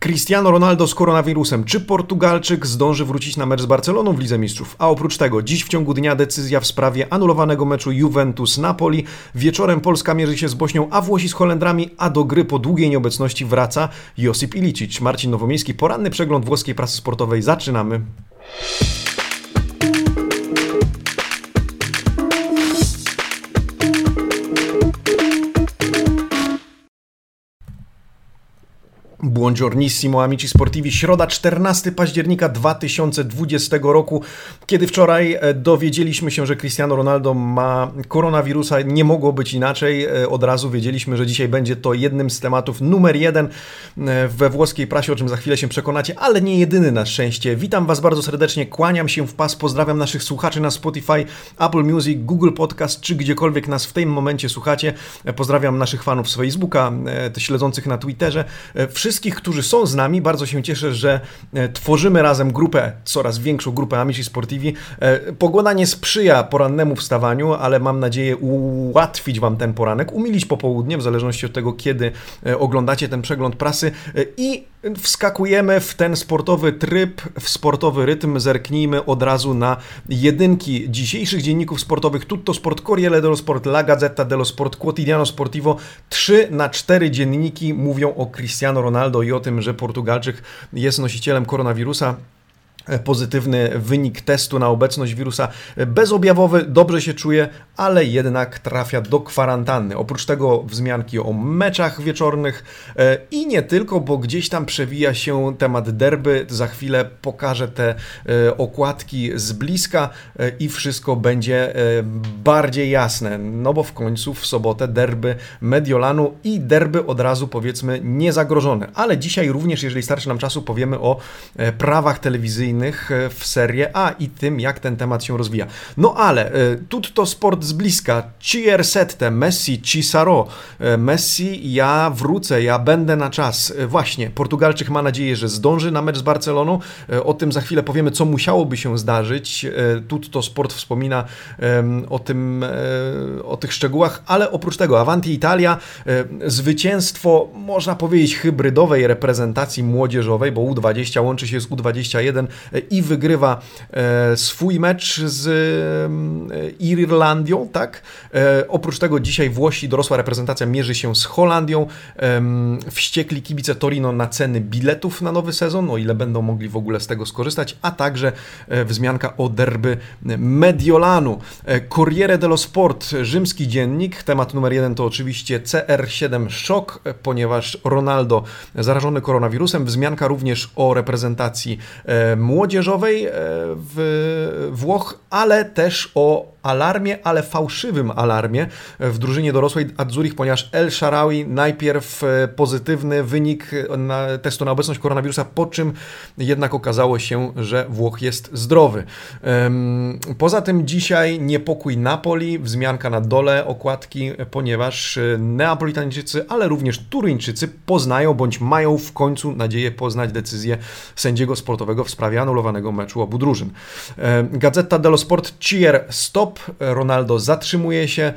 Cristiano Ronaldo z koronawirusem. Czy Portugalczyk zdąży wrócić na mecz z Barceloną w Lidze Mistrzów? A oprócz tego, dziś w ciągu dnia decyzja w sprawie anulowanego meczu Juventus-Napoli. Wieczorem Polska mierzy się z Bośnią, a Włosi z Holendrami, a do gry po długiej nieobecności wraca Josip Ilicic. Marcin Nowomiejski, poranny przegląd włoskiej prasy sportowej. Zaczynamy. Buongiornissimo amici sportivi, środa 14 października 2020 roku, kiedy wczoraj dowiedzieliśmy się, że Cristiano Ronaldo ma koronawirusa. Nie mogło być inaczej, od razu wiedzieliśmy, że dzisiaj będzie to jednym z tematów numer 1 we włoskiej prasie, o czym za chwilę się przekonacie, ale nie jedyny na szczęście. Witam Was bardzo serdecznie, kłaniam się w pas, pozdrawiam naszych słuchaczy na Spotify, Apple Music, Google Podcast, czy gdziekolwiek nas w tym momencie słuchacie. Pozdrawiam naszych fanów z Facebooka, śledzących na Twitterze, wszystkich, którzy są z nami. Bardzo się cieszę, że tworzymy razem grupę, coraz większą grupę Amici Sportivi. Pogoda nie sprzyja porannemu wstawaniu, ale mam nadzieję ułatwić Wam ten poranek, umilić popołudnie, w zależności od tego, kiedy oglądacie ten przegląd prasy, i wskakujemy w ten sportowy tryb, w sportowy rytm. Zerknijmy od razu na jedynki dzisiejszych dzienników sportowych. Tutto Sport, Corriere dello Sport, La Gazzetta dello Sport, Quotidiano Sportivo. 3 na 4 dzienniki mówią o Cristiano Ronaldo i o tym, że Portugalczyk jest nosicielem koronawirusa. Pozytywny wynik testu na obecność wirusa, bezobjawowy, dobrze się czuje, ale jednak trafia do kwarantanny. Oprócz tego wzmianki o meczach wieczornych i nie tylko, bo gdzieś tam przewija się temat derby. Za chwilę pokażę te okładki z bliska i wszystko będzie bardziej jasne, no bo w końcu w sobotę derby Mediolanu i derby od razu, powiedzmy, niezagrożone. Ale dzisiaj również, jeżeli starczy nam czasu, powiemy o prawach telewizyjnych w Serie A i tym, jak ten temat się rozwija. No ale tutto sport z bliska. CR7, Messi, ci sarò. Messi, ja wrócę, ja będę na czas. Właśnie, Portugalczyk ma nadzieję, że zdąży na mecz z Barceloną. O tym za chwilę powiemy, co musiałoby się zdarzyć. Tutto sport wspomina o tym, o tych szczegółach, ale oprócz tego Avanti Italia, zwycięstwo, można powiedzieć, hybrydowej reprezentacji młodzieżowej, bo U20 łączy się z U21 i wygrywa swój mecz z Irlandią, tak? Oprócz tego dzisiaj Włosi, dorosła reprezentacja, mierzy się z Holandią. Wściekli kibice Torino na ceny biletów na nowy sezon, o ile będą mogli w ogóle z tego skorzystać, a także wzmianka o derby Mediolanu. Corriere dello Sport, rzymski dziennik. Temat numer 1 to oczywiście CR7 szok, ponieważ Ronaldo zarażony koronawirusem. Wzmianka również o reprezentacji młodzieżowej w Włoch, ale też o alarmie, ale fałszywym alarmie w drużynie dorosłej Azzurich, ponieważ El Shaarawy najpierw pozytywny wynik testu na obecność koronawirusa, po czym jednak okazało się, że Włoch jest zdrowy. Poza tym dzisiaj niepokój Napoli, wzmianka na dole okładki, ponieważ Neapolitańczycy, ale również Turyńczycy poznają, bądź mają w końcu nadzieję poznać decyzję sędziego sportowego w sprawie anulowanego meczu obu drużyn. Gazzetta dello Sport, CR stop. Ronaldo zatrzymuje się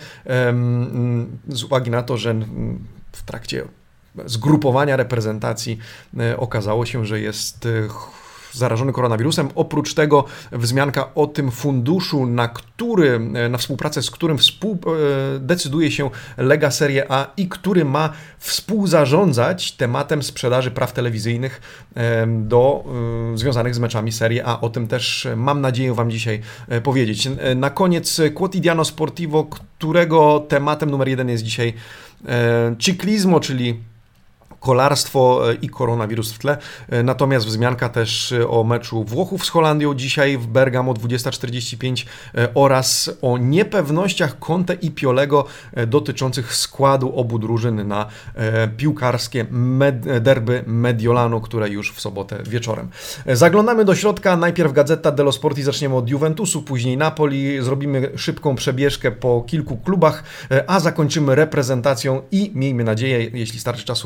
z uwagi na to, że w trakcie zgrupowania reprezentacji okazało się, że jest zarażony koronawirusem. Oprócz tego wzmianka o tym funduszu, na współpracę z którym decyduje się Lega Serie A i który ma współzarządzać tematem sprzedaży praw telewizyjnych związanych z meczami Serie A. O tym też mam nadzieję Wam dzisiaj powiedzieć. Na koniec Quotidiano Sportivo, którego tematem numer 1 jest dzisiaj ciclismo, czyli kolarstwo i koronawirus w tle. Natomiast wzmianka też o meczu Włochów z Holandią dzisiaj w Bergamo 20:45 oraz o niepewnościach Conte i Piolego dotyczących składu obu drużyn na piłkarskie derby Mediolanu, które już w sobotę wieczorem. Zaglądamy do środka. Najpierw Gazzetta dello Sport i zaczniemy od Juventusu, później Napoli. Zrobimy szybką przebieżkę po kilku klubach, a zakończymy reprezentacją i miejmy nadzieję, jeśli starczy czasu, Lega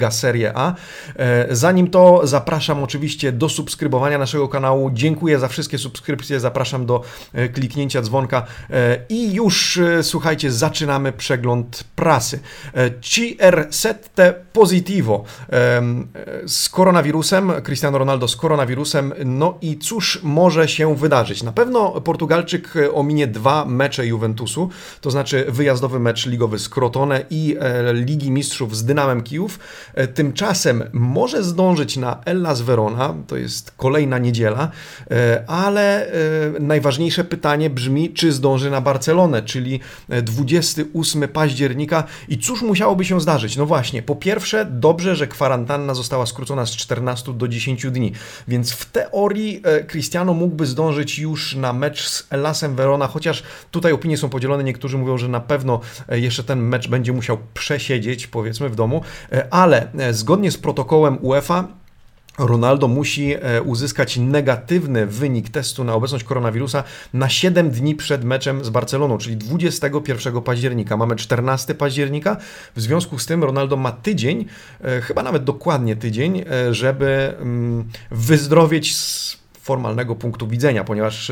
Lega Serie A. Zanim to, zapraszam oczywiście do subskrybowania naszego kanału. Dziękuję za wszystkie subskrypcje, zapraszam do kliknięcia dzwonka i już, słuchajcie, zaczynamy przegląd prasy. CR7 positivo z koronawirusem, Cristiano Ronaldo z koronawirusem, no i cóż może się wydarzyć? Na pewno Portugalczyk ominie 2 mecze Juventusu, to znaczy wyjazdowy mecz ligowy z Crotone i Ligi Mistrzów z Dynamem Kijów. Tymczasem może zdążyć na Hellas Verona, to jest kolejna niedziela, ale najważniejsze pytanie brzmi, czy zdąży na Barcelonę, czyli 28 października i cóż musiałoby się zdarzyć? No właśnie, po pierwsze dobrze, że kwarantanna została skrócona z 14 do 10 dni, więc w teorii Cristiano mógłby zdążyć już na mecz z Hellasem Verona, chociaż tutaj opinie są podzielone, niektórzy mówią, że na pewno jeszcze ten mecz będzie musiał przesiedzieć, powiedzmy, w domu, ale zgodnie z protokołem UEFA Ronaldo musi uzyskać negatywny wynik testu na obecność koronawirusa na 7 dni przed meczem z Barceloną, czyli 21 października. Mamy 14 października, w związku z tym Ronaldo ma tydzień, chyba nawet dokładnie tydzień, żeby wyzdrowieć z formalnego punktu widzenia, ponieważ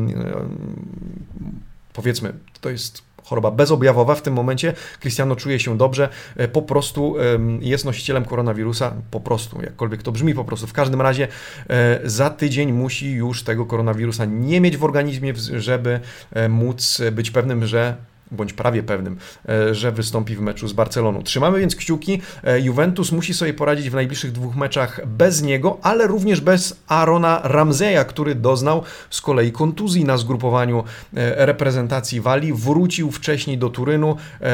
powiedzmy, to jest choroba bezobjawowa w tym momencie. Cristiano czuje się dobrze, po prostu jest nosicielem koronawirusa, po prostu, jakkolwiek to brzmi, po prostu. W każdym razie za tydzień musi już tego koronawirusa nie mieć w organizmie, żeby móc być pewnym, bądź prawie pewnym, że wystąpi w meczu z Barceloną. Trzymamy więc kciuki. Juventus musi sobie poradzić w najbliższych 2 meczach bez niego, ale również bez Aarona Ramseya, który doznał z kolei kontuzji na zgrupowaniu reprezentacji Walii. Wrócił wcześniej do Turynu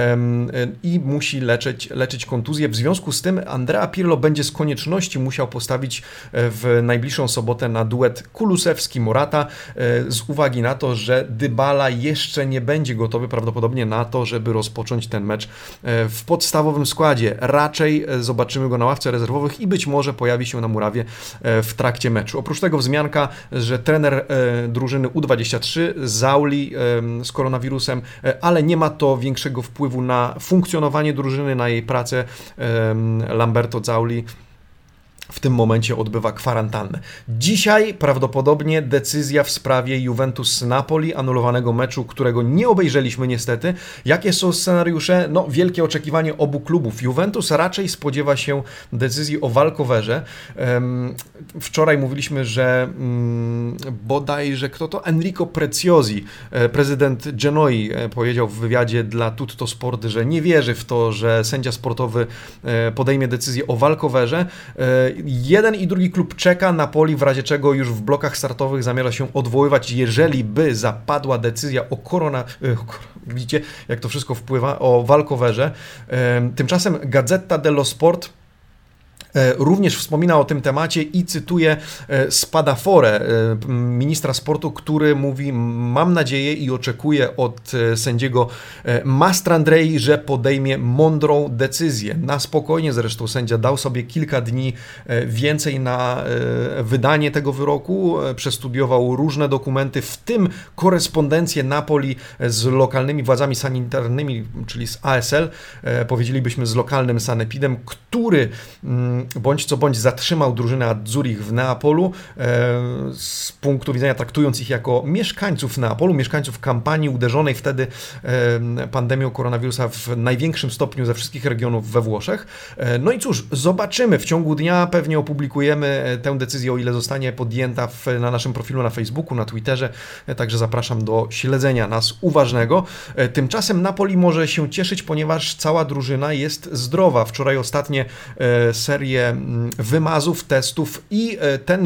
i musi leczyć kontuzję. W związku z tym Andrea Pirlo będzie z konieczności musiał postawić w najbliższą sobotę na duet Kulusewski-Morata z uwagi na to, że Dybala jeszcze nie będzie gotowy prawdopodobnie na to, żeby rozpocząć ten mecz w podstawowym składzie. Raczej zobaczymy go na ławce rezerwowych i być może pojawi się na murawie w trakcie meczu. Oprócz tego wzmianka, że trener drużyny U23 Zauli z koronawirusem, ale nie ma to większego wpływu na funkcjonowanie drużyny, na jej pracę. Lamberto Zauli w tym momencie odbywa kwarantannę. Dzisiaj prawdopodobnie decyzja w sprawie Juventus-Napoli, anulowanego meczu, którego nie obejrzeliśmy niestety. Jakie są scenariusze? No, wielkie oczekiwanie obu klubów. Juventus raczej spodziewa się decyzji o walkowerze. Wczoraj mówiliśmy, że bodajże kto to? Enrico Preziosi, prezydent Genoi, powiedział w wywiadzie dla Tutto Sport, że nie wierzy w to, że sędzia sportowy podejmie decyzję o walkowerze. Jeden i drugi klub czeka, Napoli w razie czego już w blokach startowych zamierza się odwoływać, jeżeli by zapadła decyzja o widzicie, jak to wszystko wpływa, o walkowerze. Tymczasem Gazzetta dello Sport również wspomina o tym temacie i cytuje Spadafore, ministra sportu, który mówi: mam nadzieję i oczekuję od sędziego Mastrandrei, że podejmie mądrą decyzję. Na spokojnie, zresztą sędzia dał sobie kilka dni więcej na wydanie tego wyroku, przestudiował różne dokumenty, w tym korespondencję Napoli z lokalnymi władzami sanitarnymi, czyli z ASL, powiedzielibyśmy z lokalnym sanepidem, który bądź co bądź zatrzymał drużynę Azzurich w Neapolu z punktu widzenia, traktując ich jako mieszkańców Neapolu, mieszkańców kampanii uderzonej wtedy pandemią koronawirusa w największym stopniu ze wszystkich regionów we Włoszech. No i cóż, zobaczymy. W ciągu dnia pewnie opublikujemy tę decyzję, o ile zostanie podjęta na naszym profilu na Facebooku, na Twitterze, także zapraszam do śledzenia nas uważnego. Tymczasem Napoli może się cieszyć, ponieważ cała drużyna jest zdrowa. Wczoraj ostatnie serię wymazów, testów i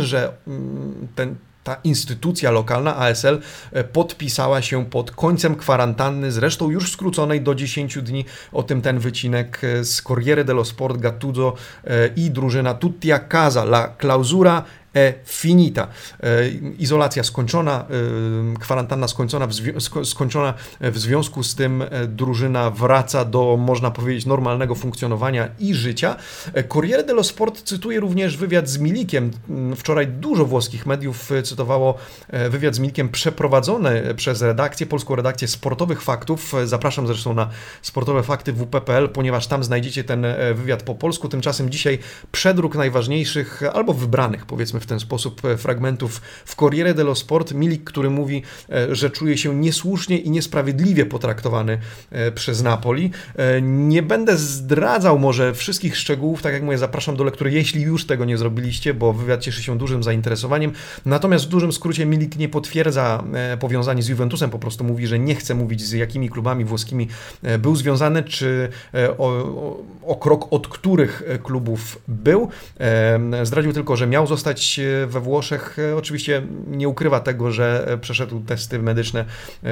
ta instytucja lokalna ASL podpisała się pod końcem kwarantanny, zresztą już skróconej do 10 dni. O tym ten wycinek z Corriere dello Sport, Gattuso i drużyna Tutti a casa. La clausura è finita. Izolacja skończona, kwarantanna skończona, w związku z tym drużyna wraca do, można powiedzieć, normalnego funkcjonowania i życia. Corriere dello Sport cytuje również wywiad z Milikiem. Wczoraj dużo włoskich mediów cytowało wywiad z Milikiem przeprowadzony przez polską redakcję Sportowych Faktów. Zapraszam zresztą na Sportowe Fakty WP.pl, ponieważ tam znajdziecie ten wywiad po polsku. Tymczasem dzisiaj przedruk najważniejszych, albo wybranych, powiedzmy w ten sposób, fragmentów w Corriere dello Sport. Milik, który mówi, że czuje się niesłusznie i niesprawiedliwie potraktowany przez Napoli. Nie będę zdradzał może wszystkich szczegółów, tak jak mówię, zapraszam do lektury, jeśli już tego nie zrobiliście, bo wywiad cieszy się dużym zainteresowaniem. Natomiast w dużym skrócie Milik nie potwierdza powiązanie z Juventusem, po prostu mówi, że nie chce mówić, z jakimi klubami włoskimi był związany, czy o krok od których klubów był. Zdradził tylko, że miał zostać we Włoszech. Oczywiście nie ukrywa tego, że przeszedł testy medyczne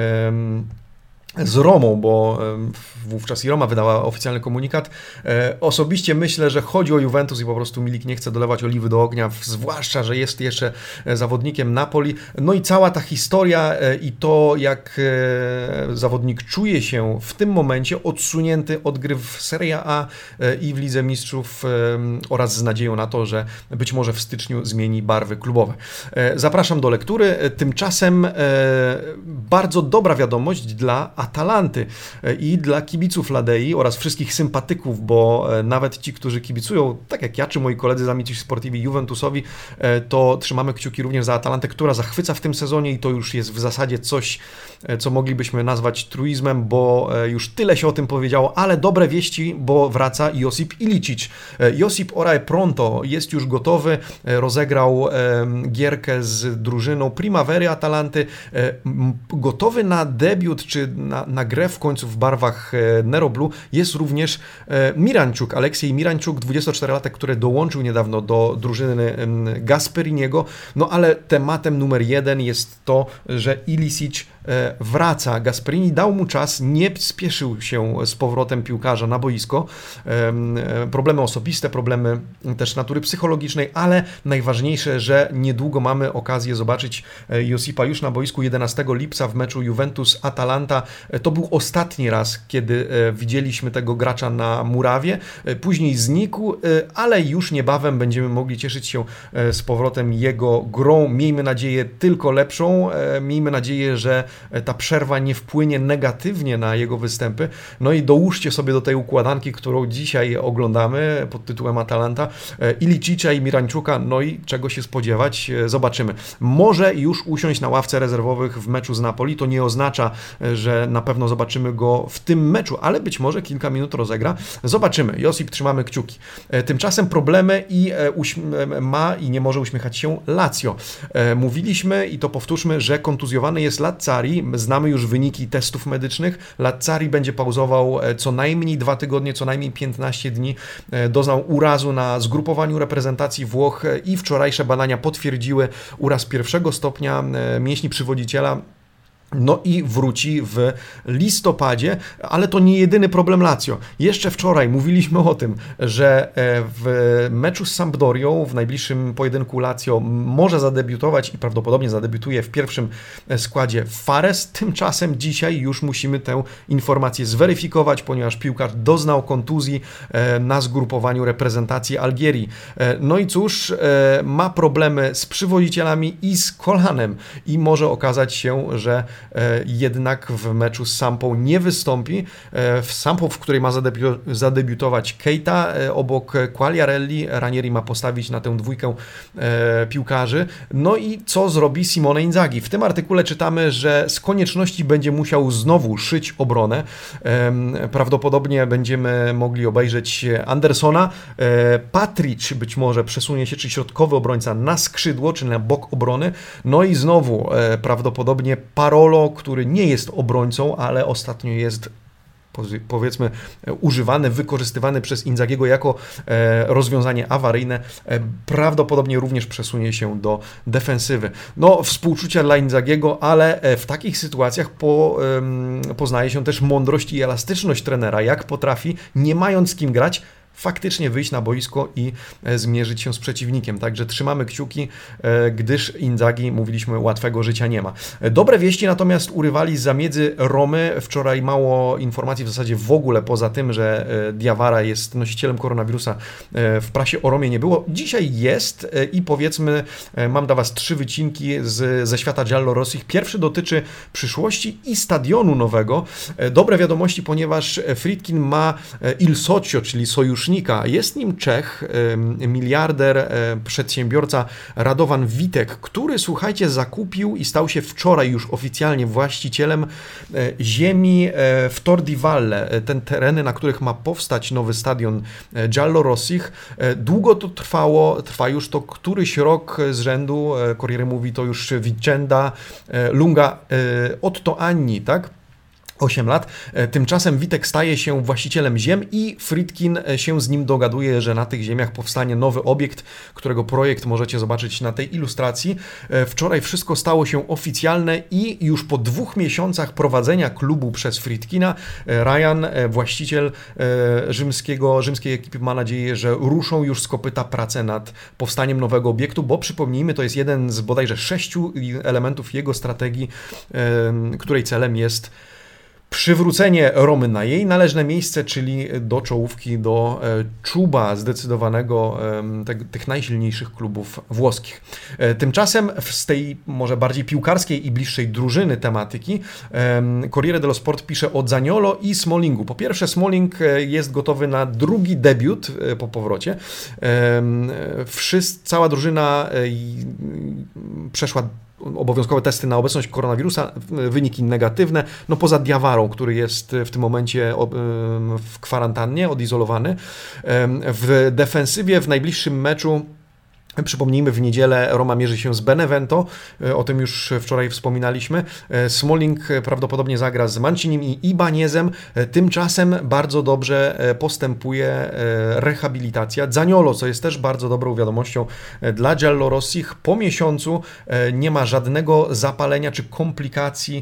z Romą, bo wówczas i Roma wydała oficjalny komunikat. Osobiście myślę, że chodzi o Juventus i po prostu Milik nie chce dolewać oliwy do ognia, zwłaszcza, że jest jeszcze zawodnikiem Napoli. No i cała ta historia i to, jak zawodnik czuje się w tym momencie odsunięty od gry w Serie A i w Lidze Mistrzów oraz z nadzieją na to, że być może w styczniu zmieni barwy klubowe. Zapraszam do lektury. Tymczasem bardzo dobra wiadomość dla Atalanty i dla kibiców Ladei oraz wszystkich sympatyków, bo nawet ci, którzy kibicują, tak jak ja czy moi koledzy z Amici Sportivi Juventusowi, to trzymamy kciuki również za Atalantę, która zachwyca w tym sezonie i to już jest w zasadzie coś, co moglibyśmy nazwać truizmem, bo już tyle się o tym powiedziało, ale dobre wieści, bo wraca Josip Ilicic. Josip ora è pronto, jest już gotowy, rozegrał gierkę z drużyną Primavery Atalanty, gotowy na debiut, czy na grę w końcu w barwach Nero Blue jest również Mirańczuk, Aleksiej Mirańczuk, 24-latek, który dołączył niedawno do drużyny Gasperiniego, no ale tematem numer jeden jest to, że Ilicic wraca. Gasperini dał mu czas, nie spieszył się z powrotem piłkarza na boisko. Problemy osobiste, problemy też natury psychologicznej, ale najważniejsze, że niedługo mamy okazję zobaczyć Josipa już na boisku 11 lipca w meczu Juventus-Atalanta. To był ostatni raz, kiedy widzieliśmy tego gracza na murawie. Później znikł, ale już niebawem będziemy mogli cieszyć się z powrotem jego grą. Miejmy nadzieję tylko lepszą. Miejmy nadzieję, że ta przerwa nie wpłynie negatywnie na jego występy. No i dołóżcie sobie do tej układanki, którą dzisiaj oglądamy pod tytułem Atalanta, Ilicicia i Mirańczuka, no i czego się spodziewać, zobaczymy. Może już usiąść na ławce rezerwowych w meczu z Napoli, to nie oznacza, że na pewno zobaczymy go w tym meczu, ale być może kilka minut rozegra. Zobaczymy. Josip, trzymamy kciuki. Tymczasem problemy ma i nie może uśmiechać się Lazio. Mówiliśmy i to powtórzmy, że kontuzjowany jest Lazzari. Znamy już wyniki testów medycznych. Lazzari będzie pauzował co najmniej 2 tygodnie, co najmniej 15 dni. Doznał urazu na zgrupowaniu reprezentacji Włoch i wczorajsze badania potwierdziły uraz pierwszego stopnia mięśni przywodziciela. No i wróci w listopadzie, ale to nie jedyny problem Lazio. Jeszcze wczoraj mówiliśmy o tym, że w meczu z Sampdorią, w najbliższym pojedynku Lazio może zadebiutować i prawdopodobnie zadebiutuje w pierwszym składzie Fares. Tymczasem dzisiaj już musimy tę informację zweryfikować, ponieważ piłkarz doznał kontuzji na zgrupowaniu reprezentacji Algierii. No i cóż, ma problemy z przywodzicielami i z kolanem i może okazać się, że jednak w meczu z Sampą nie wystąpi. W Sampą, w której ma zadebiutować Keita obok Quagliarelli, Ranieri ma postawić na tę dwójkę piłkarzy. No i co zrobi Simone Inzaghi? W tym artykule czytamy, że z konieczności będzie musiał znowu szyć obronę. Prawdopodobnie będziemy mogli obejrzeć Andersona. Patric być może przesunie się, czy środkowy obrońca na skrzydło, czy na bok obrony. No i znowu prawdopodobnie Parolo, który nie jest obrońcą, ale ostatnio jest, powiedzmy, używany, wykorzystywany przez Inzagiego jako rozwiązanie awaryjne, prawdopodobnie również przesunie się do defensywy. No, współczucia dla Inzagiego, ale w takich sytuacjach poznaje się też mądrość i elastyczność trenera, jak potrafi, nie mając z kim grać, faktycznie wyjść na boisko i zmierzyć się z przeciwnikiem. Także trzymamy kciuki, gdyż Inzaghi, mówiliśmy, łatwego życia nie ma. Dobre wieści natomiast urywali zamiedzy Romy. Wczoraj mało informacji w zasadzie w ogóle, poza tym, że Diawara jest nosicielem koronawirusa, w prasie o Romie nie było. Dzisiaj jest i powiedzmy, mam dla Was 3 wycinki ze świata giallorossich. Pierwszy dotyczy przyszłości i stadionu nowego. Dobre wiadomości, ponieważ Friedkin ma il socio, czyli sojusznika. Jest nim Czech, miliarder, przedsiębiorca Radovan Witek, który, słuchajcie, zakupił i stał się wczoraj już oficjalnie właścicielem ziemi w Tor di Valle. Te tereny, na których ma powstać nowy stadion giallorossich. Długo to trwało, trwa już to któryś rok z rzędu. Corriere mówi to już Vicenda Lunga Otto Anni, tak? 8 lat. Tymczasem Witek staje się właścicielem ziem i Friedkin się z nim dogaduje, że na tych ziemiach powstanie nowy obiekt, którego projekt możecie zobaczyć na tej ilustracji. Wczoraj wszystko stało się oficjalne i już po 2 miesiącach prowadzenia klubu przez Friedkina, Ryan, właściciel rzymskiej ekipy, ma nadzieję, że ruszą już z kopyta prace nad powstaniem nowego obiektu, bo przypomnijmy, to jest jeden z bodajże 6 elementów jego strategii, której celem jest przywrócenie Romy na jej należne miejsce, czyli do czołówki, do czuba zdecydowanego tych najsilniejszych klubów włoskich. Tymczasem z tej może bardziej piłkarskiej i bliższej drużyny tematyki Corriere dello Sport pisze o Zaniolo i Smallingu. Po pierwsze, Smalling jest gotowy na drugi debiut po powrocie. Cała drużyna przeszła obowiązkowe testy na obecność koronawirusa, wyniki negatywne, no poza Diawarą, który jest w tym momencie w kwarantannie, odizolowany. W defensywie w najbliższym meczu, przypomnijmy, w niedzielę Roma mierzy się z Benevento, o tym już wczoraj wspominaliśmy. Smalling prawdopodobnie zagra z Mancinim i Ibanezem. Tymczasem bardzo dobrze postępuje rehabilitacja Zaniolo, co jest też bardzo dobrą wiadomością dla giallorossich. Po miesiącu nie ma żadnego zapalenia czy komplikacji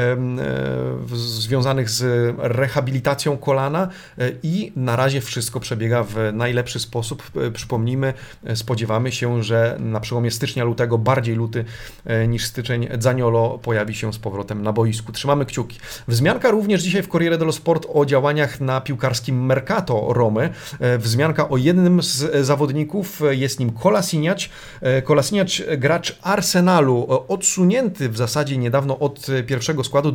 związanych z rehabilitacją kolana i na razie wszystko przebiega w najlepszy sposób. Przypomnijmy, spodziewamy się, że na przełomie stycznia-lutego, bardziej luty niż styczeń, Zaniolo pojawi się z powrotem na boisku. Trzymamy kciuki. Wzmianka również dzisiaj w Corriere dello Sport o działaniach na piłkarskim Mercato Romy. Wzmianka o jednym z zawodników, jest nim Kolasinac. Kolasinac, gracz Arsenalu, odsunięty w zasadzie niedawno od pierwszego składu,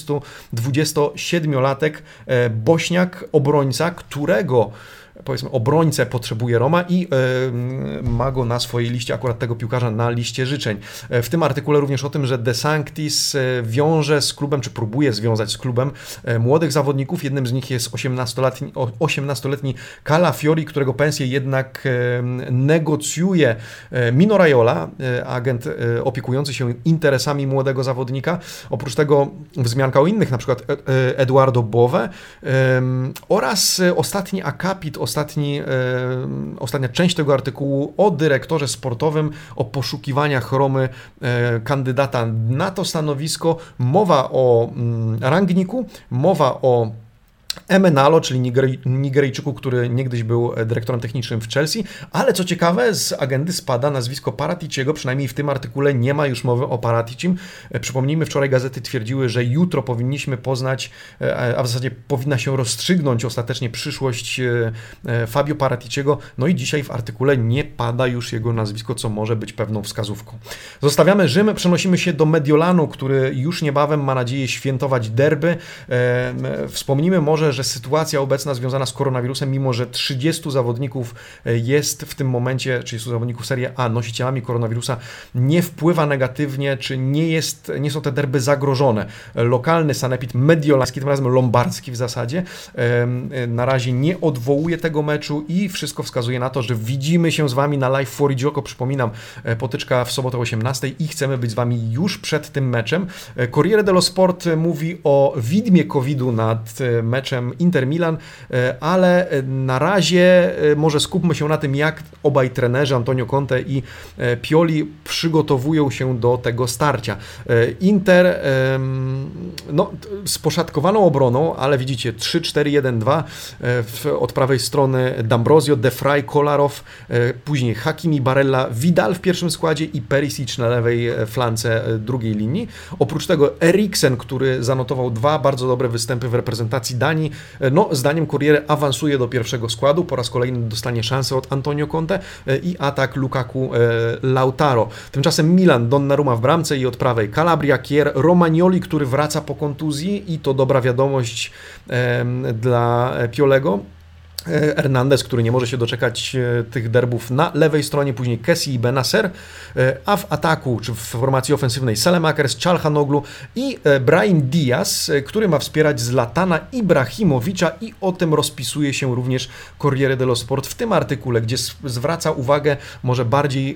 27-latek, Bośniak, obrońca, którego powiedzmy obrońcę potrzebuje Roma i ma go na swojej liście, akurat tego piłkarza na liście życzeń. W tym artykule również o tym, że De Sanctis wiąże z klubem, czy próbuje związać z klubem młodych zawodników. Jednym z nich jest 18-letni Calafiori, którego pensję jednak negocjuje Mino Raiola, agent opiekujący się interesami młodego zawodnika. Oprócz tego wzmianka o innych, na przykład Eduardo Bove oraz ostatni akapit, ostatnia część tego artykułu o dyrektorze sportowym, o poszukiwaniach Romy kandydata na to stanowisko. Mowa o Rangniku, mowa o Emenalo, czyli Nigeryjczyku, który niegdyś był dyrektorem technicznym w Chelsea, ale co ciekawe, z agendy spada nazwisko Paraticiego, przynajmniej w tym artykule nie ma już mowy o Paraticim. Przypomnijmy, wczoraj gazety twierdziły, że jutro powinniśmy poznać, a w zasadzie powinna się rozstrzygnąć ostatecznie przyszłość Fabio Paraticiego, no i dzisiaj w artykule nie pada już jego nazwisko, co może być pewną wskazówką. Zostawiamy Rzym, przenosimy się do Mediolanu, który już niebawem ma nadzieję świętować derby. Wspomnijmy może, że sytuacja obecna związana z koronawirusem, mimo że 30 zawodników jest w tym momencie, 30 zawodników Serie A nosicielami koronawirusa, nie wpływa negatywnie, czy nie są te derby zagrożone. Lokalny sanepid mediolański, tym razem lombardzki w zasadzie, na razie nie odwołuje tego meczu i wszystko wskazuje na to, że widzimy się z Wami na Live for Gioco. Przypominam, potyczka w sobotę o 18 i chcemy być z Wami już przed tym meczem. Corriere dello Sport mówi o widmie COVID-u nad meczem meczem Inter Milan, ale na razie może skupmy się na tym, jak obaj trenerzy Antonio Conte i Pioli przygotowują się do tego starcia. Inter z poszatkowaną obroną, ale widzicie 3-4-1-2 od prawej strony D'Ambrosio, De Vrij, Kolarow, później Hakimi, Barella, Vidal w pierwszym składzie i Perisic na lewej flance drugiej linii. Oprócz tego Eriksen, który zanotował 2 bardzo dobre występy w reprezentacji Danii. Zdaniem Corriere awansuje do pierwszego składu, po raz kolejny dostanie szansę od Antonio Conte i atak Lukaku, Lautaro. Tymczasem Milan, Donnarumma w bramce i od prawej Calabria, Kier, Romagnoli, który wraca po kontuzji i to dobra wiadomość dla Piolego. Hernandez, który nie może się doczekać tych derbów na lewej stronie, później Kessie i Benacer, a w ataku, czy w formacji ofensywnej Selemakers, Çalhanoğlu i Brahim Diaz, który ma wspierać Zlatana Ibrahimowicza i o tym rozpisuje się również Corriere dello Sport w tym artykule, gdzie zwraca uwagę, może bardziej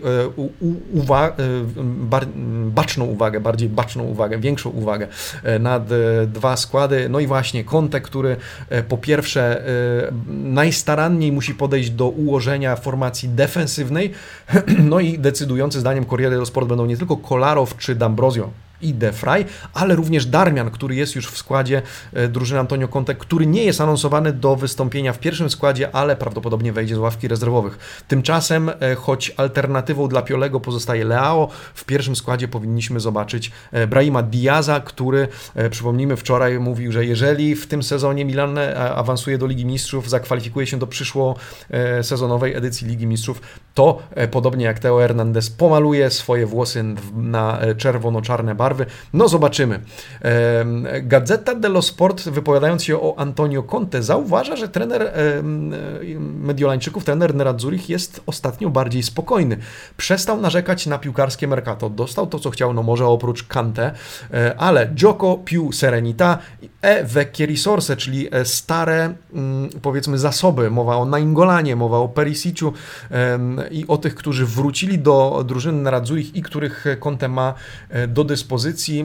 baczną uwagę, większą uwagę na 2 składy. No i właśnie Conte, który po pierwsze najstaranniej musi podejść do ułożenia formacji defensywnej, no i decydujący zdaniem Corriere dello Sport będą nie tylko Kolarow czy D'Ambrosio i De Vrij, ale również Darmian, który jest już w składzie drużyny Antonio Conte, który nie jest anonsowany do wystąpienia w pierwszym składzie, ale prawdopodobnie wejdzie z ławki rezerwowych. Tymczasem, choć alternatywą dla Piolego pozostaje Leao, w pierwszym składzie powinniśmy zobaczyć Brahima Diaza, który, przypomnijmy, wczoraj mówił, że jeżeli w tym sezonie Milan awansuje do Ligi Mistrzów, zakwalifikuje się do przyszłosezonowej edycji Ligi Mistrzów, to podobnie jak Theo Hernandez pomaluje swoje włosy na czerwono-czarne barwy. No zobaczymy. Gazzetta dello Sport, wypowiadając się o Antonio Conte, zauważa, że trener Mediolańczyków, trener Nerazzurich jest ostatnio bardziej spokojny. Przestał narzekać na piłkarskie mercato. Dostał to, co chciał, no może oprócz Kante, ale gioco più serenità e vecchie risorse, czyli stare, powiedzmy, zasoby. Mowa o Naingolanie, mowa o Perisiciu i o tych, którzy wrócili do drużyny Nerazzurich i których Conte ma do dyspozycji.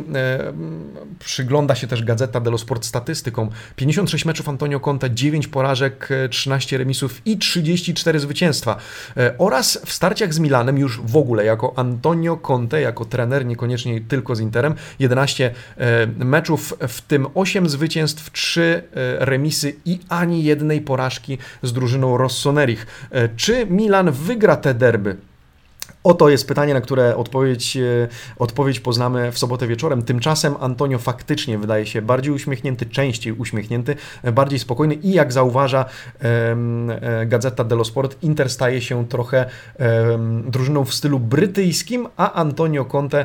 Przygląda się też Gazzetta dello Sport statystykom. 56 meczów Antonio Conte, 9 porażek, 13 remisów i 34 zwycięstwa. Oraz w starciach z Milanem już w ogóle jako Antonio Conte, jako trener, niekoniecznie tylko z Interem, 11 meczów, w tym 8 zwycięstw, 3 remisy i ani jednej porażki z drużyną Rossonerich. Czy Milan wygra te derby? Oto jest pytanie, na które odpowiedź poznamy w sobotę wieczorem. Tymczasem Antonio faktycznie wydaje się bardziej uśmiechnięty, częściej uśmiechnięty, bardziej spokojny i jak zauważa Gazzetta dello Sport, Inter staje się trochę drużyną w stylu brytyjskim, a Antonio Conte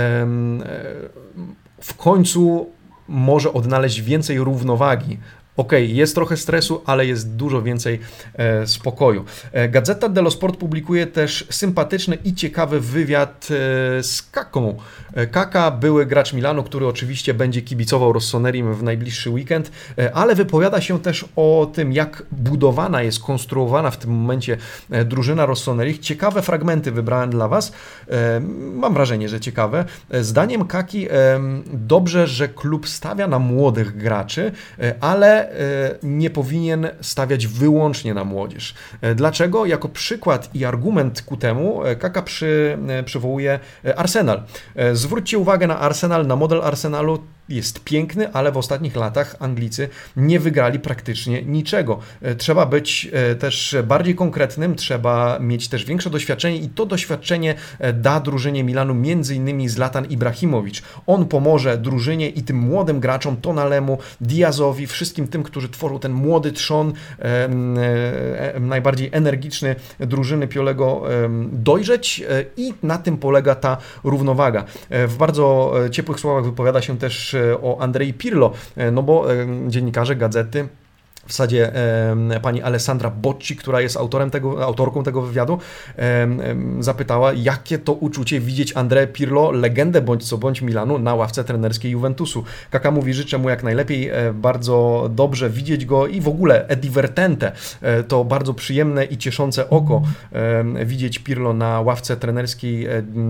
w końcu może odnaleźć więcej równowagi. Okej, jest trochę stresu, ale jest dużo więcej spokoju. Gazzetta dello Sport publikuje też sympatyczny i ciekawy wywiad z Kaką. Kaka, były gracz Milanu, który oczywiście będzie kibicował Rossonerim w najbliższy weekend, ale wypowiada się też o tym, jak budowana jest, konstruowana w tym momencie drużyna Rossoneri. Ciekawe fragmenty wybrałem dla Was. Mam wrażenie, że ciekawe. Zdaniem Kaki dobrze, że klub stawia na młodych graczy, ale nie powinien stawiać wyłącznie na młodzież. Dlaczego? Jako przykład i argument ku temu Kaka przywołuje Arsenal. Zwróćcie uwagę na Arsenal, na model Arsenalu. Jest piękny, ale w ostatnich latach Anglicy nie wygrali praktycznie niczego. Trzeba być też bardziej konkretnym, trzeba mieć też większe doświadczenie i to doświadczenie da drużynie Milanu m.in. Zlatan Ibrahimowicz. On pomoże drużynie i tym młodym graczom, Tonalemu, Diazowi, wszystkim tym, którzy tworzą ten młody trzon, najbardziej energiczny drużyny Piolego dojrzeć i na tym polega ta równowaga. W bardzo ciepłych słowach wypowiada się też o Andrei Pirlo, no bo dziennikarze Gazety w zasadzie pani Alessandra Bocci, która jest autorką tego wywiadu, zapytała, jakie to uczucie widzieć Andrea Pirlo, legendę bądź co bądź Milanu, na ławce trenerskiej Juventusu. Kaka mówi, życzę mu jak najlepiej, bardzo dobrze widzieć go i w ogóle è divertente, to bardzo przyjemne i cieszące oko widzieć Pirlo na ławce trenerskiej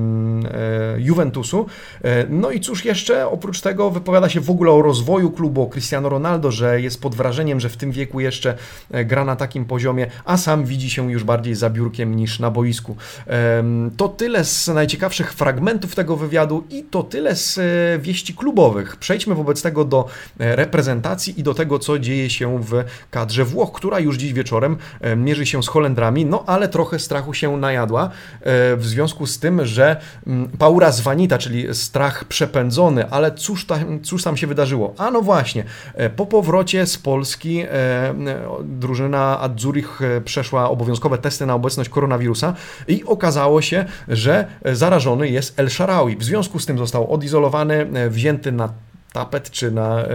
Juventusu. No i cóż jeszcze, oprócz tego wypowiada się w ogóle o rozwoju klubu, o Cristiano Ronaldo, że jest pod wrażeniem, że w tym wieku jeszcze gra na takim poziomie, a sam widzi się już bardziej za biurkiem niż na boisku. To tyle z najciekawszych fragmentów tego wywiadu i to tyle z wieści klubowych. Przejdźmy wobec tego do reprezentacji i do tego, co dzieje się w kadrze Włoch, która już dziś wieczorem mierzy się z Holendrami, no ale trochę strachu się najadła w związku z tym, że paura svanita, czyli strach przepędzony, ale cóż tam się wydarzyło? A no właśnie, po powrocie z Polski drużyna Azzurich przeszła obowiązkowe testy na obecność koronawirusa i okazało się, że zarażony jest El Shaarawy. W związku z tym został odizolowany, wzięty na tapet, czy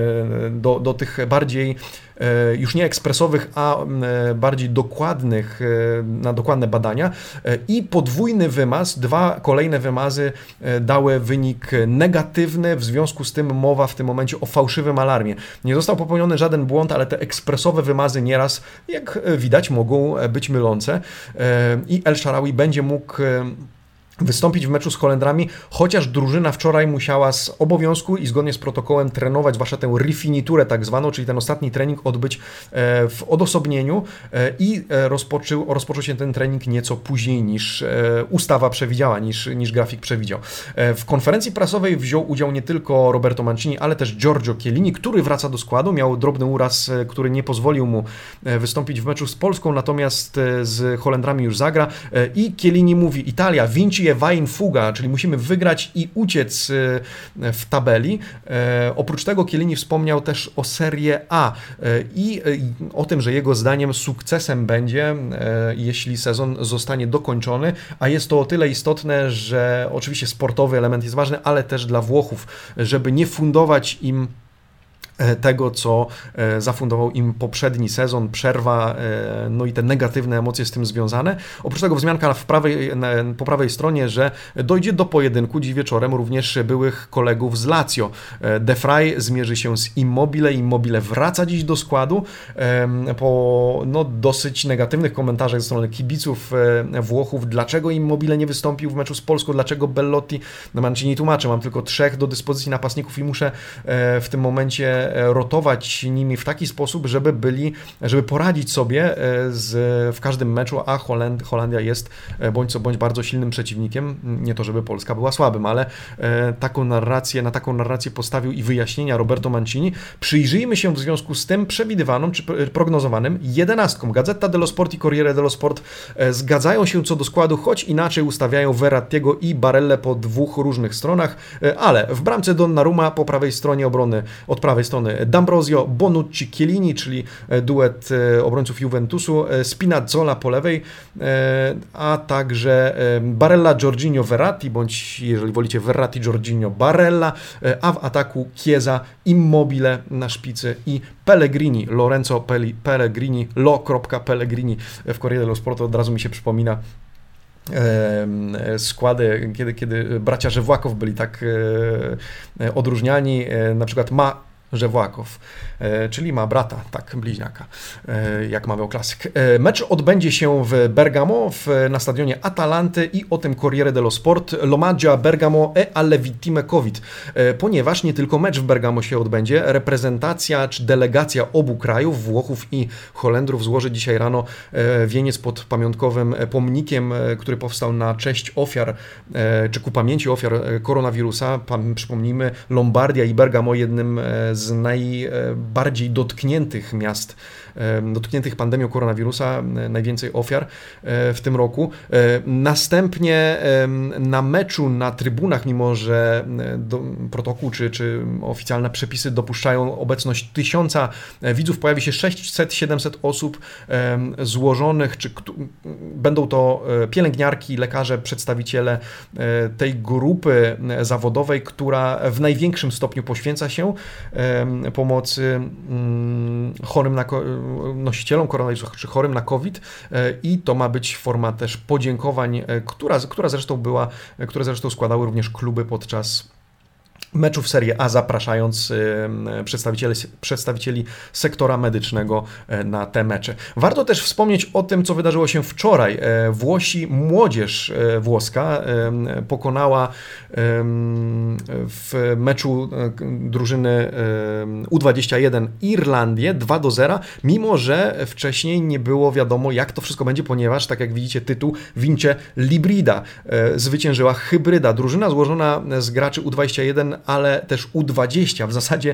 do tych bardziej już nie ekspresowych, a bardziej dokładnych, na dokładne badania i podwójny wymaz, 2 kolejne wymazy dały wynik negatywny, w związku z tym mowa w tym momencie o fałszywym alarmie. Nie został popełniony żaden błąd, ale te ekspresowe wymazy nieraz, jak widać, mogą być mylące i El Shaarawy będzie mógł wystąpić w meczu z Holendrami, chociaż drużyna wczoraj musiała z obowiązku i zgodnie z protokołem trenować, zwłaszcza tę rifiniturę tak zwaną, czyli ten ostatni trening odbyć w odosobnieniu i rozpoczął się ten trening nieco później niż ustawa przewidziała, niż grafik przewidział. W konferencji prasowej wziął udział nie tylko Roberto Mancini, ale też Giorgio Chiellini, który wraca do składu, miał drobny uraz, który nie pozwolił mu wystąpić w meczu z Polską, natomiast z Holendrami już zagra i Chiellini mówi: Italia, vinci va in fuga, czyli musimy wygrać i uciec w tabeli. Oprócz tego Chiellini wspomniał też o Serie A i o tym, że jego zdaniem sukcesem będzie, jeśli sezon zostanie dokończony, a jest to o tyle istotne, że oczywiście sportowy element jest ważny, ale też dla Włochów, żeby nie fundować im tego, co zafundował im poprzedni sezon, przerwa, no i te negatywne emocje z tym związane. Oprócz tego wzmianka po prawej stronie, że dojdzie do pojedynku dziś wieczorem również byłych kolegów z Lazio. De Vrij zmierzy się z Immobile wraca dziś do składu po dosyć negatywnych komentarzach ze strony kibiców Włochów, dlaczego Immobile nie wystąpił w meczu z Polską, dlaczego Bellotti, Mancini tłumaczy, mam tylko 3 do dyspozycji napastników i muszę w tym momencie rotować nimi w taki sposób, żeby poradzić sobie w każdym meczu, a Holandia jest bądź co bądź bardzo silnym przeciwnikiem. Nie to, żeby Polska była słabym, ale na taką narrację postawił i wyjaśnienia Roberto Mancini. Przyjrzyjmy się w związku z tym przewidywanym czy prognozowanym 11. Gazzetta dello Sport i Corriere dello Sport zgadzają się co do składu, choć inaczej ustawiają Verrattiego i Barellę po 2 różnych stronach, ale w bramce Donnarumma, po prawej stronie obrony, od prawej strony D'Ambrosio, Bonucci, Chiellini, czyli duet obrońców Juventusu, Spinazzola po lewej, a także Barella, Jorginho, Verratti, bądź jeżeli wolicie Verratti, Jorginho, Barella, a w ataku Chiesa, Immobile na szpicy i Pellegrini, Lorenzo Pellegrini, Pellegrini w Corriere dello Sport. Od razu mi się przypomina składy, kiedy bracia Żewłakow byli tak odróżniani, na przykład Żewłakow, czyli ma brata, tak, bliźniaka, jak mawiał klasyk. Mecz odbędzie się w Bergamo, na stadionie Atalanty i o tym Corriere dello Sport. L'omaggio a Bergamo e alle vittime Covid, ponieważ nie tylko mecz w Bergamo się odbędzie, reprezentacja czy delegacja obu krajów, Włochów i Holendrów, złoży dzisiaj rano wieniec pod pamiątkowym pomnikiem, który powstał na cześć ofiar, czy ku pamięci ofiar koronawirusa. Przypomnijmy, Lombardia i Bergamo jednym z najbardziej dotkniętych miast, dotkniętych pandemią koronawirusa, najwięcej ofiar w tym roku. Następnie na meczu, na trybunach, mimo że protokół czy oficjalne przepisy dopuszczają obecność 1000 widzów, pojawi się 600-700 osób złożonych, będą to pielęgniarki, lekarze, przedstawiciele tej grupy zawodowej, która w największym stopniu poświęca się pomocy nosicielom koronawirusa czy chorym na COVID i to ma być forma też podziękowań, które zresztą składały również kluby podczas meczów Serie A, zapraszając przedstawicieli sektora medycznego na te mecze. Warto też wspomnieć o tym, co wydarzyło się wczoraj. Młodzież włoska pokonała w meczu drużyny U21 Irlandię 2-0, mimo że wcześniej nie było wiadomo, jak to wszystko będzie, ponieważ, tak jak widzicie, tytuł Vince l'Ibrida, zwyciężyła hybryda. Drużyna złożona z graczy U21, ale też U20. W zasadzie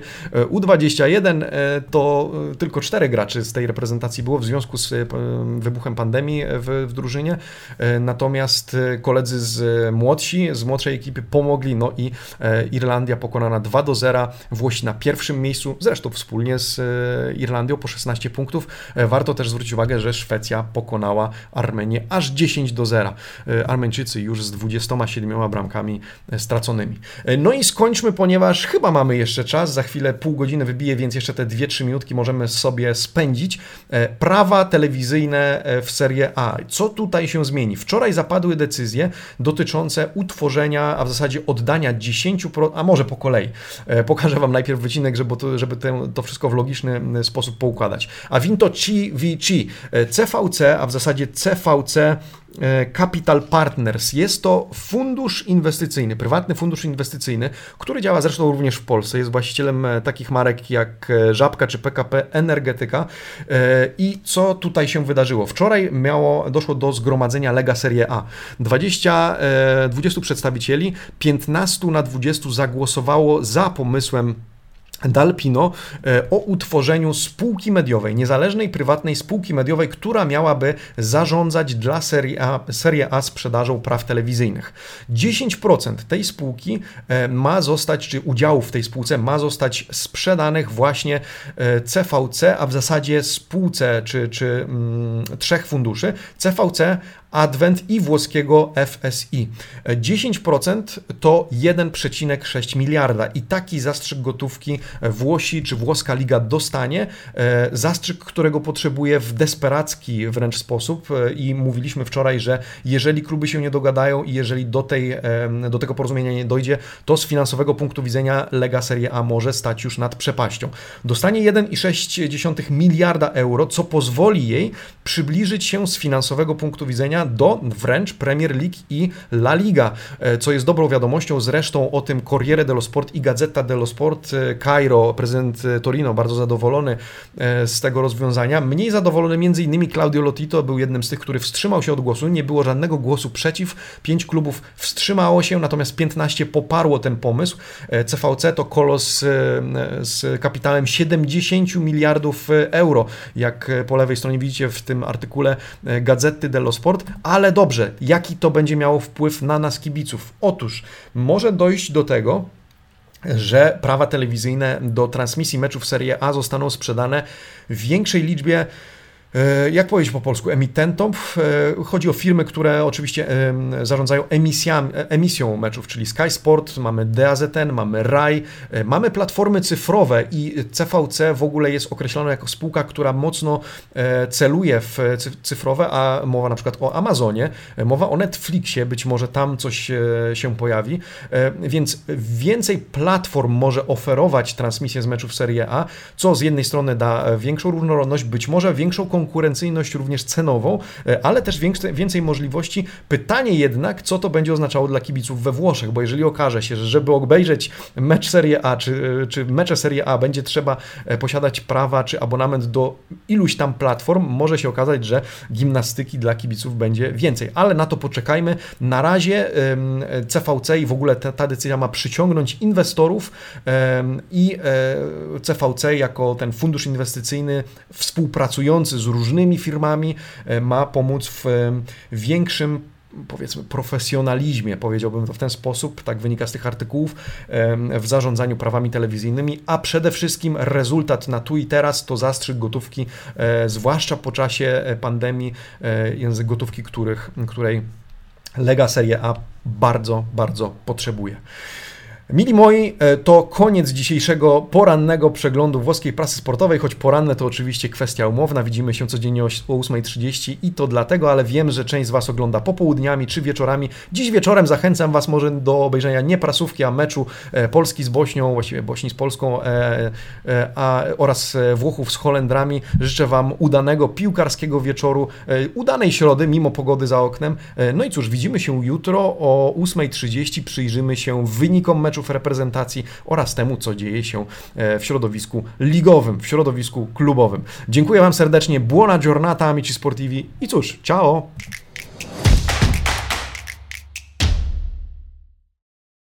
U21 to tylko 4 graczy z tej reprezentacji było w związku z wybuchem pandemii w drużynie. Natomiast koledzy z młodszej ekipy pomogli, no i Irlandia pokonana 2-0. Włosi na pierwszym miejscu, zresztą wspólnie z Irlandią po 16 punktów. Warto też zwrócić uwagę, że Szwecja pokonała Armenię aż 10-0. Armeńczycy już z 27 bramkami straconymi. No i skończmy, ponieważ chyba mamy jeszcze czas, za chwilę pół godziny wybije, więc jeszcze te 2-3 minutki możemy sobie spędzić. Prawa telewizyjne w Serie A. Co tutaj się zmieni? Wczoraj zapadły decyzje dotyczące utworzenia, a w zasadzie oddania 10%, a może po kolei. Pokażę Wam najpierw wycinek, żeby to wszystko w logiczny sposób poukładać. A vinto CVC, CVC, a w zasadzie CVC Capital Partners. Jest to fundusz inwestycyjny, prywatny fundusz inwestycyjny, który działa zresztą również w Polsce. Jest właścicielem takich marek jak Żabka czy PKP Energetyka. I co tutaj się wydarzyło? Wczoraj doszło do zgromadzenia Lega Serie A. 20 przedstawicieli, 15-20 zagłosowało za pomysłem D'Alpino o utworzeniu spółki mediowej, niezależnej, prywatnej spółki mediowej, która miałaby zarządzać dla Serie A sprzedażą praw telewizyjnych. 10% tej spółki ma zostać, czy udziałów w tej spółce ma zostać sprzedanych właśnie CVC, a w zasadzie spółce, czy 3 funduszy, CVC, Advent i włoskiego FSI. 10% to 1,6 miliarda i taki zastrzyk gotówki Włosi czy włoska liga dostanie. Zastrzyk, którego potrzebuje w desperacki wręcz sposób i mówiliśmy wczoraj, że jeżeli kluby się nie dogadają i jeżeli do tego porozumienia nie dojdzie, to z finansowego punktu widzenia Lega Serie A może stać już nad przepaścią. Dostanie 1,6 miliarda euro, co pozwoli jej przybliżyć się z finansowego punktu widzenia do wręcz Premier League i La Liga, co jest dobrą wiadomością. Zresztą o tym Corriere dello Sport i Gazzetta dello Sport. Cairo, prezydent Torino, bardzo zadowolony z tego rozwiązania. Mniej zadowolony m.in. Claudio Lotito, był jednym z tych, który wstrzymał się od głosu. Nie było żadnego głosu przeciw. 5 klubów wstrzymało się, natomiast 15 poparło ten pomysł. CVC to kolos z kapitałem 70 miliardów euro, jak po lewej stronie widzicie w tym artykule Gazety dello Sport. Ale dobrze, jaki to będzie miało wpływ na nas kibiców? Otóż może dojść do tego, że prawa telewizyjne do transmisji meczów Serie A zostaną sprzedane w większej liczbie, jak powiedzieć po polsku, emitentom. Chodzi o firmy, które oczywiście zarządzają emisją meczów, czyli Sky Sport, mamy DAZN, mamy RAI, mamy platformy cyfrowe i CVC w ogóle jest określona jako spółka, która mocno celuje w cyfrowe, a mowa na przykład o Amazonie, mowa o Netflixie, być może tam coś się pojawi, więc więcej platform może oferować transmisję z meczów Serie A, co z jednej strony da większą różnorodność, być może większą konkurencyjność również cenową, ale też więcej możliwości. Pytanie jednak, co to będzie oznaczało dla kibiców we Włoszech, bo jeżeli okaże się, że żeby obejrzeć mecz Serie A, czy mecze Serie A będzie trzeba posiadać prawa czy abonament do iluś tam platform, może się okazać, że gimnastyki dla kibiców będzie więcej, ale na to poczekajmy. Na razie CVC i w ogóle ta decyzja ma przyciągnąć inwestorów i CVC jako ten fundusz inwestycyjny współpracujący z różnymi firmami ma pomóc w większym, powiedzmy, profesjonalizmie, powiedziałbym to w ten sposób, tak wynika z tych artykułów, w zarządzaniu prawami telewizyjnymi, a przede wszystkim rezultat na tu i teraz to zastrzyk gotówki, zwłaszcza po czasie pandemii, język gotówki, której Lega Serie A bardzo, bardzo potrzebuje. Mili moi, to koniec dzisiejszego porannego przeglądu włoskiej prasy sportowej, choć poranne to oczywiście kwestia umowna, widzimy się codziennie o 8:30 i to dlatego, ale wiem, że część z Was ogląda popołudniami czy wieczorami. Dziś wieczorem zachęcam Was może do obejrzenia nie prasówki, a meczu Polski z Bośnią, właściwie Bośni z Polską oraz Włochów z Holendrami. Życzę Wam udanego piłkarskiego wieczoru, udanej środy, mimo pogody za oknem. No i cóż, widzimy się jutro o 8:30, przyjrzymy się wynikom meczów reprezentacji oraz temu, co dzieje się w środowisku ligowym, w środowisku klubowym. Dziękuję Wam serdecznie, buona giornata, amici sportivi i cóż, ciao!